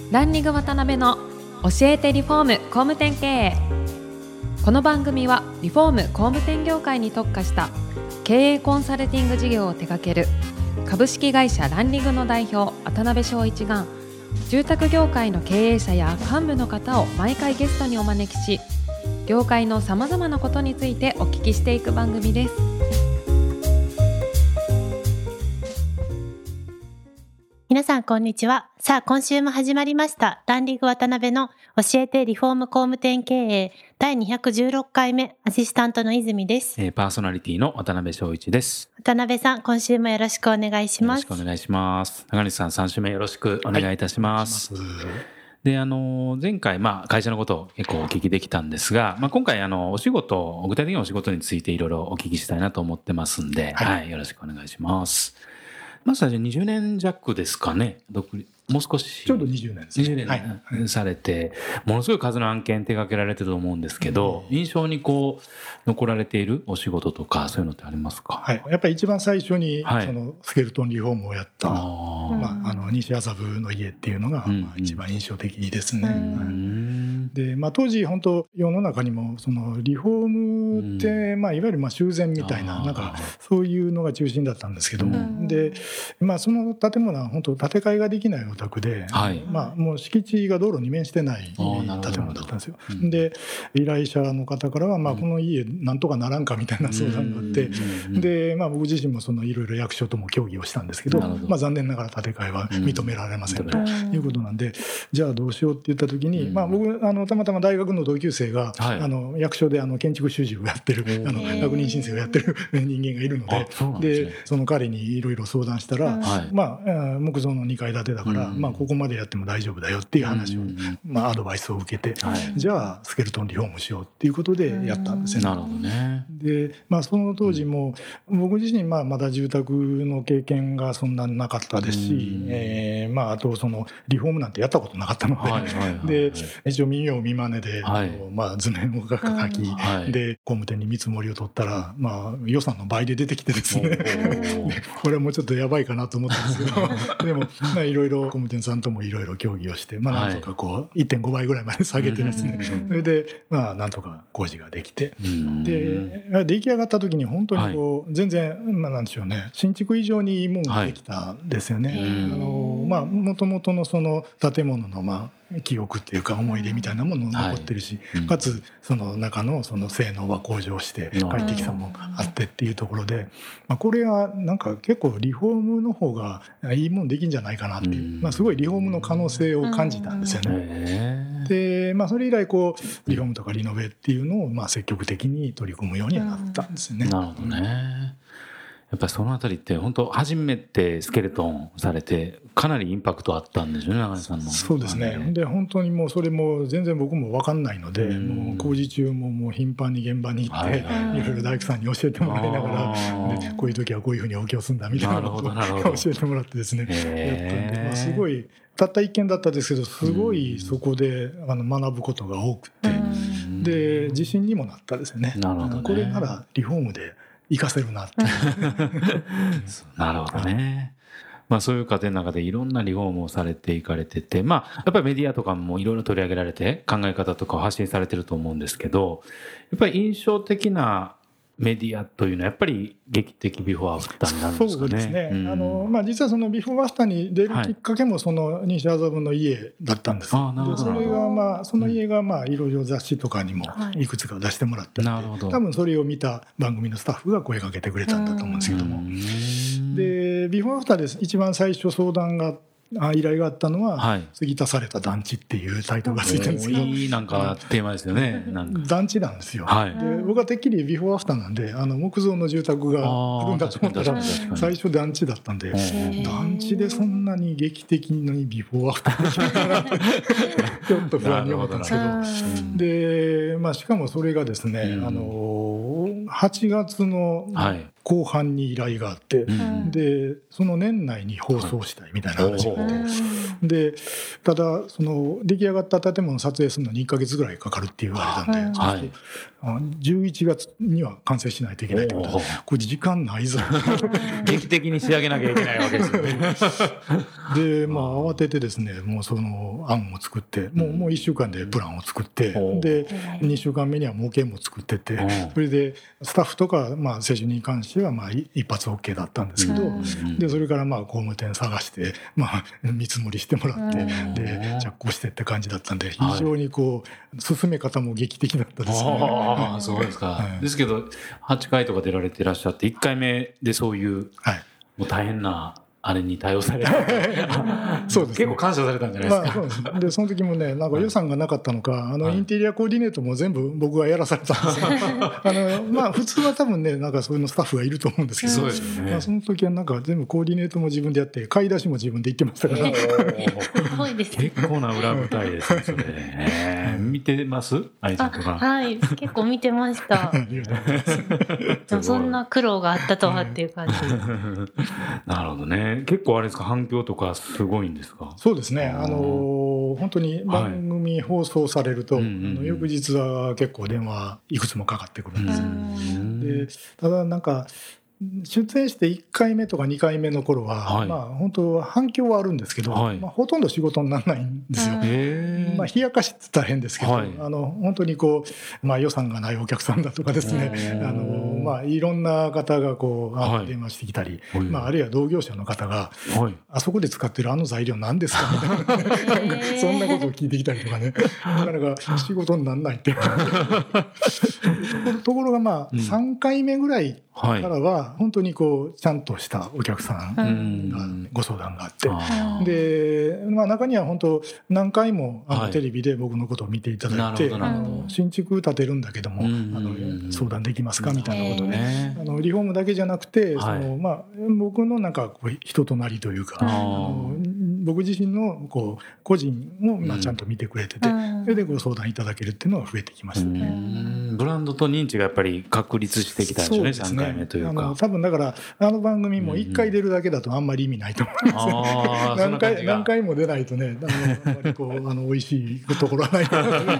ランリング渡辺の教えてリフォーム工務店経営。この番組はリフォーム工務店業界に特化した経営コンサルティング事業を手掛ける株式会社ランリングの代表渡辺翔一が、住宅業界の経営者や幹部の方を毎回ゲストにお招きし、業界のさまざまなことについてお聞きしていく番組です。 皆さんこんにちは。さあ今週も始まりましたランリング渡辺の教えてリフォーム工務店経営第216回目、アシスタントの泉です。 パーソナリティの渡辺翔一です。 渡辺さん、今週もよろしくお願いします。 よろしくお願いします。中西さん、3週目よろしくお願いいたします。で、前回、会社のことを結構お聞きできたんですが、今回お仕事、具体的なお仕事についていろいろお聞きしたいなと思ってますんで、よろしくお願いします。まずは20年弱ですかね、もう少しちょうど20年ですね。 20年されて、ものすごい数の案件手掛けられてると思うんですけど、印象に残られているお仕事とかそういうのってありますか？ やっぱり一番最初にそのスケルトンリフォームをやった、西麻布の家っていうのが一番印象的ですね。で、当時本当世の中にもそのリフォームって、いわゆる修繕みたいな、そういうのが中心だったんですけども、で、その建物は本当建て替えができないお宅で、もう敷地が道路に面してない建物だったんですよ。で、依頼者の方からはこの家なんとかならんかみたいな相談があって、で、僕自身もいろいろ役所とも協議をしたんですけど、残念ながら建て替えは認められませんということなんで、じゃあどうしようって言った時に、僕たまたま大学の同級生が、役所で建築主事をやってる確認申請をやってる人間がいるので、その彼にいろいろ相談したら、木造の2階建てだから、ここまでやっても大丈夫だよっていう話を、アドバイスを受けて、じゃあスケルトンリフォームしようっていうことでやったんですよね。 なるほどね。 で、その当時も僕自身まだ住宅の経験がそんなになかったですし、あとそのリフォームなんてやったことなかったので、で一応見よう見まねで、図面を描き、で工務店に見積もりを取ったら、予算の倍で出てきてですねこれはもうちょっとやばいかなと思ったんですけどでもいろいろ工務店さんともいろいろ協議をして、なんとか1.5 倍ぐらいまで下げてですね、それでなんとか工事ができて、で出来上がった時に本当に全然なんでしょうね、新築以上にいいものができたんですよね。もともとのその建物の記憶っていうか思い出みたいなものも残ってるし、かつその中のその性能は向上して快適さもあってっていうところで、これはなんか結構リフォームの方がいいもんできんじゃないかなっていう、すごいリフォームの可能性を感じたんですよね。で、それ以来リフォームとかリノベっていうのを積極的に取り組むようにはなったんですよね。 なるほどね。やっぱりそのあたりって本当初めてスケルトンされてかなりインパクトあったんでしょうね、長井さんの。 そうですね。で本当にもうそれも全然僕も分かんないので、もう工事中も頻繁に現場に行って、いろいろ大工さんに教えてもらいながら、でこういう時はこういうふうに補強するんだみたいなことを教えてもらってですね、やったんで、すごいたった一件だったんですけど、すごいそこで学ぶことが多くて、で自信にもなったですよね。これならリフォームで活かせるなってなるほどね。そういう過程の中でいろんなリフォームをされていかれてて、やっぱりメディアとかもいろいろ取り上げられて考え方とかを発信されてると思うんですけど、やっぱり印象的なメディアというのはやっぱり劇的ビフォーアフターになるんですかね。 そうですね。実はそのビフォーアフターに出るきっかけもその西麻布の家だったんです。でそれがその家がいろいろ雑誌とかにもいくつか出してもらって、多分それを見た番組のスタッフが声かけてくれたんだと思うんですけども、でビフォーアフターで一番最初相談が依頼があったのは、継ぎ足された団地っていうタイトルがついてるんですけど、 いいなんかテーマですよね。 団地なんですよ。で僕はてっきりビフォーアフターなんで木造の住宅があるんだと思ったら最初団地だったんで、団地でそんなに劇的にビフォーアフターがちょっと不安に思ったんですけど、でしかもそれがですね、8月の後半に依頼があって、でその年内に放送したいみたいな話があって、でただその出来上がった建物を撮影するのに1ヶ月ぐらいかかるって言われたんで、はい、11月には完成しないといけないってことで、これ時間ないぞ劇的に仕上げなきゃいけないわけですよねで慌ててですね、もうその案を作って、もう1週間でプランを作って、で2週間目には模型も作ってて、それでスタッフとか施主に関しては一発 OK だったんですけど、でそれから工務店探して見積もりしてもらって、で着工してって感じだったんで、非常に進め方も劇的だったですね。 そうですか、ですけど8回とか出られていらっしゃって、1回目でそういう、もう大変なあれに対応されてそうです、ね、結構感謝されたんじゃないですか。 そうですね。でその時もね、予算がなかったのか、インテリアコーディネートも全部僕がやらされたんですよ普通は多分ね、そういうのスタッフがいると思うんですけど、 そうですね、 その時は全部コーディネートも自分でやって、買い出しも自分で行ってましたからすごいです。 結構な裏舞台ですねそれ見てます愛ちゃんとか。 はい、結構見てましたでもそんな苦労があったとはっていう感じなるほどね。結構あれですか、反響とかすごいんですか？ そうですね、本当に番組放送されると、翌日は結構電話いくつもかかってくるんですよ。でただ出演して1回目とか2回目の頃は、本当反響はあるんですけど、ほとんど仕事にならないんですよ。冷やかしって言ったら変ですけど、本当に予算がないお客さんだとかですね、いろんな方が電話してきたり、あるいは同業者の方が、あそこで使ってる材料何ですかみたいなそんなことを聞いてきたりとかね、なかなか仕事にならないっていうところが3回目ぐらいからは本当にちゃんとしたお客さんがご相談があって、で中には本当何回もテレビで僕のことを見ていただいて、新築建てるんだけども相談できますかみたいなことで、リフォームだけじゃなくて僕の人となりというか、僕自身の個人をちゃんと見てくれてて、それでご相談いただけるっていうのが増えてきましたね。 ブランドと認知がやっぱり確立してきたんですよね。3回目というか、 多分だから番組も1回出るだけだとあんまり意味ないと思います。何回も出ないとね、あんまり美味しいところはない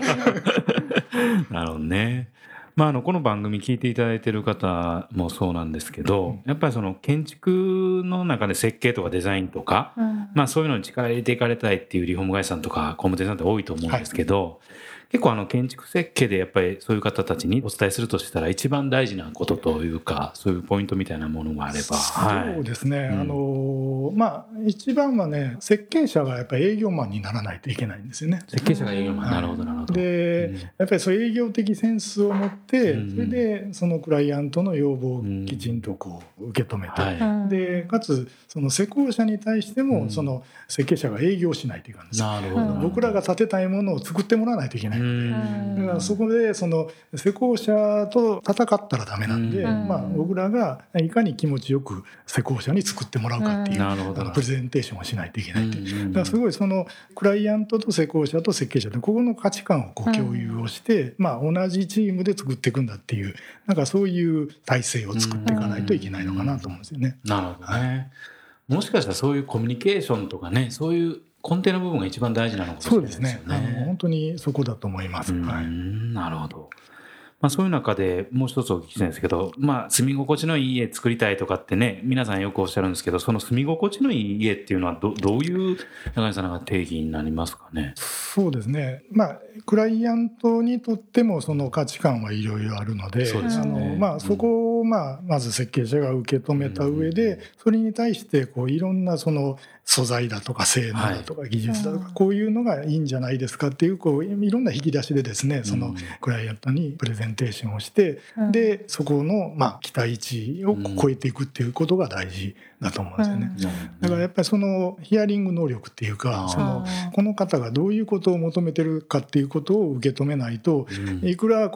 なるほどね。この番組聞いていただいている方もそうなんですけど、やっぱりその建築の中で設計とかデザインとか、そういうのに力入れていかれたいっていうリフォーム会社さんとか工務店さんって多いと思うんですけど、結構建築設計でやっぱりそういう方たちにお伝えするとしたら一番大事なことというか、そういうポイントみたいなものがあれば。 そうですね、一番はね、設計者がやっぱり営業マンにならないといけないんですよね。 設計者が営業マン、なるほどなるほど。 で、やっぱりそういう営業的センスを持って、それでそのクライアントの要望をきちんと受け止めて、でかつその施工者に対してもその設計者が営業しないといかんです。 なるほど。 僕らが建てたいものを作ってもらわないといけない。だからそこでその施工者と戦ったらダメなんで、僕らがいかに気持ちよく施工者に作ってもらうかっていうプレゼンテーションをしないといけないっていう。だからすごいそのクライアントと施工者と設計者でここの価値観を共有をして、同じチームで作っていくんだっていう、そういう体制を作っていかないといけないのかなと思うんですよね。 なるほどね。もしかしたらそういうコミュニケーションとかね、そういう根底の部分が一番大事なのかもしれないですよね。 そうですね。本当にそこだと思います。 なるほど。そういう中でもう一つお聞きしたいんですけど、住み心地のいい家作りたいとかってね、皆さんよくおっしゃるんですけど、その住み心地のいい家っていうのはどういう中西さんが定義になりますかね。 そうですね。クライアントにとってもその価値観はいろいろあるので、そこをまず設計者が受け止めた上で、それに対していろんなその素材だとか性能だとか技術だとか、こういうのがいいんじゃないですかっていう、いろんな引き出しでですね、そのクライアントにプレゼンテーションをして、でそこの期待値を超えていくっていうことが大事だと思うんですよね。だからやっぱりそのヒアリング能力っていうか、この方がどういうことを求めてるかっていうことを受け止めないと、いくら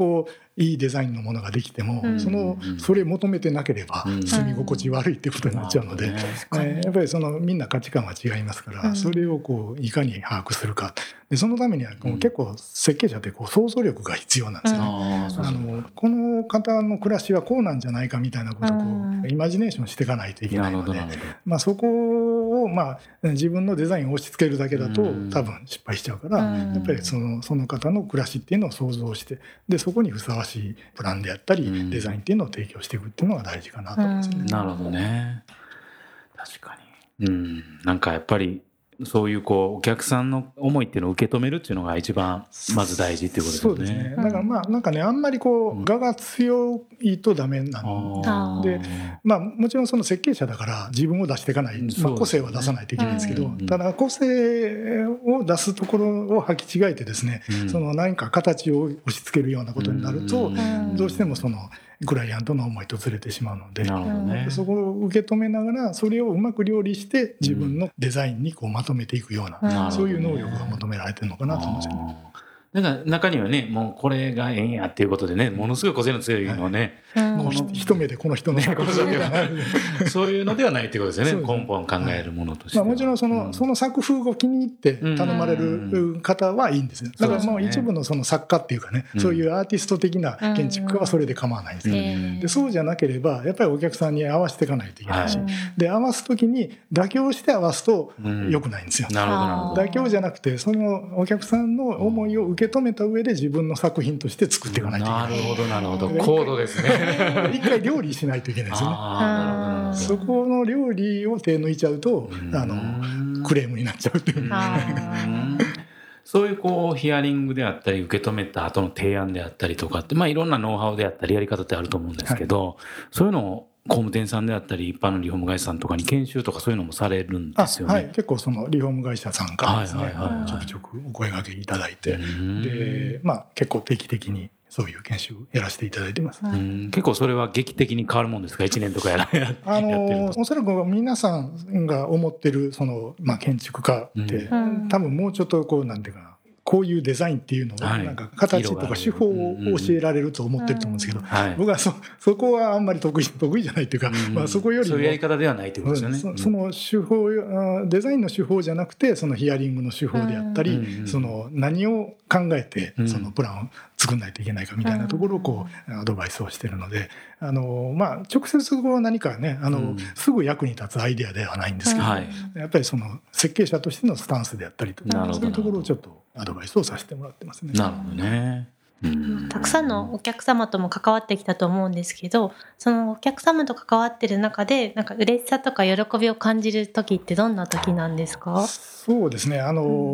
いいデザインのものができても、それ求めてなければ住み心地悪いっていうことになっちゃうので、やっぱりみんな価値観は違いますから、それをいかに把握するか。でそのためには結構設計者って想像力が必要なんですよね。この方の暮らしはこうなんじゃないかみたいなことをイマジネーションしていかないといけないので、そこを自分のデザインを押し付けるだけだと多分失敗しちゃうから、やっぱりその方の暮らしっていうのを想像して、でそこにふさわしいプランであったりデザインっていうのを提供していくっていうのが大事かなと思いますね。 なるほどね。確かに。なんかやっぱりそういうお客さんの思いっていうのを受け止めるっていうのが一番まず大事っていうことですね。 そうですね。だからなんかね、あんまり我が強いとダメなんで、もちろんその設計者だから自分を出していかない、個性は出さないといけないんですけど、ただ個性を出すところを履き違えてですね、その何か形を押し付けるようなことになると、どうしてもそのクライアントの思いとずれてしまうので、そこを受け止めながらそれをうまく料理して自分のデザインにまとめていくような、そういう能力が求められてるのかなと思いますね。 だから中にはね、もうこれがええんやっていうことでね、ものすごい個性の強いのをね、 一目でこの人のそういうのではないっていうことですよね。根本考えるものとしては。 もちろんその作風を気に入って頼まれる方はいいんですよ。だから一部のその作家っていうかね、そういうアーティスト的な建築家はそれで構わないんですけど、でそうじゃなければやっぱりお客さんに合わせていかないといけないし、で合わすときに妥協して合わすと良くないんですよ。妥協じゃなくて、そのお客さんの思いを受け止めた上で自分の作品として作っていかないといけない。 なるほどなるほど。高度ですね。 一回料理しないといけないですよね。そこの料理を手抜いちゃうとクレームになっちゃうっていう。 そういうヒアリングであったり受け止めた後の提案であったりとかって、いろんなノウハウであったりやり方ってあると思うんですけど、そういうのを工務店さんであったり一般のリフォーム会社さんとかに研修とかそういうのもされるんですよね。 結構そのリフォーム会社さんからですね、ちょくちょくお声掛けいただいて、で結構定期的にそういう研修やらせていただいてます。 結構それは劇的に変わるもんですか？1年とかやってると。 おそらく皆さんが思ってるその建築家って多分もうちょっとなんていうかな、こういうデザインっていうのをなんか形とか手法を教えられると思ってると思うんですけど、僕はそこはあんまり得意じゃないっていうか、そこよりもそういうやり方ではないってことですよね。 その手法、デザインの手法じゃなくて、そのヒアリングの手法であったり、その何を考えてそのプランを作んないといけないかみたいなところをアドバイスをしてるので、直接何かねすぐ役に立つアイデアではないんですけど、やっぱりその設計者としてのスタンスであったりとか、そういうところをちょっとアドバイスをさせてもらってますね。 なるほどね。 たくさんのお客様とも関わってきたと思うんですけど、そのお客様と関わってる中でなんか嬉しさとか喜びを感じる時ってどんな時なんですか？ そうですね、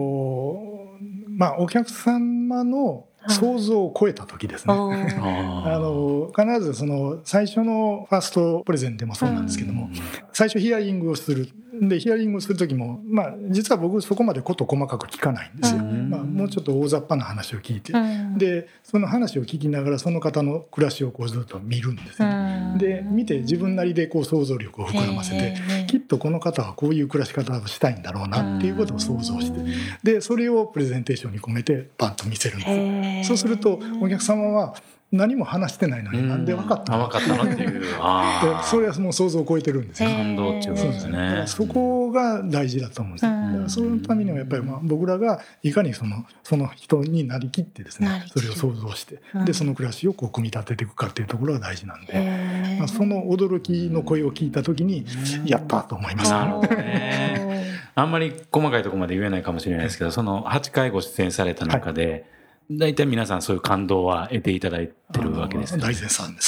お客様の想像を超えた時ですね。必ずその最初のファーストプレゼンでもそうなんですけども、最初ヒアリングをする。でヒアリングをする時も、実は僕そこまで事細かく聞かないんですよ。もうちょっと大雑把な話を聞いて、でその話を聞きながらその方の暮らしをずっと見るんですよ。で見て自分なりで想像力を膨らませて、きっとこの方はこういう暮らし方をしたいんだろうなっていうことを想像して、でそれをプレゼンテーションに込めてパンと見せるんです。そうするとお客様は何も話してないのになんで分かったのっていうそれはもう想像を超えてるんですよ。 感動っていうことですね。 そこが大事だと思うんですよ。そのためにはやっぱり僕らがいかにその人になりきってですね、それを想像して、でその暮らしを組み立てていくかっていうところが大事なんで、その驚きの声を聞いた時にやったと思います。 あんまり細かいところまで言えないかもしれないですけど、その8回ご出演された中で、大体皆さんそういう感動は得ていただいてるわけですね。 大絶賛です。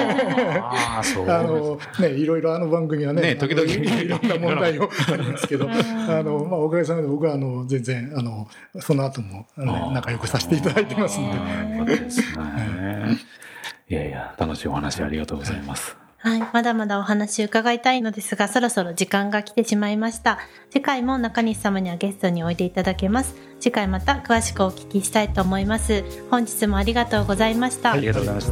そういろいろ番組はね、 時々 いろんな問題をありますけど、おかげさまで僕は全然その後も仲良くさせていただいてますので。 よかったですね。いやいや、楽しいお話ありがとうございます。 まだまだお話伺いたいのですが、そろそろ時間が来てしまいました。次回も中西様にはゲストにおいでいただけます。次回また詳しくお聞きしたいと思います。本日もありがとうございました。 ありがとうございました。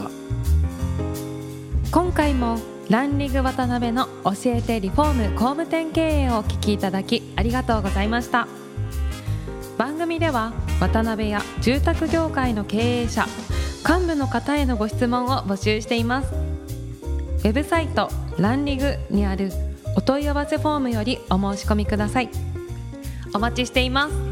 今回もランリング渡辺の教えてリフォーム工務店経営をお聞きいただきありがとうございました。番組では渡辺や住宅業界の経営者、 幹部の方へのご質問を募集しています。ウェブサイトランリグにあるお問い合わせフォームよりお申し込みください。お待ちしています。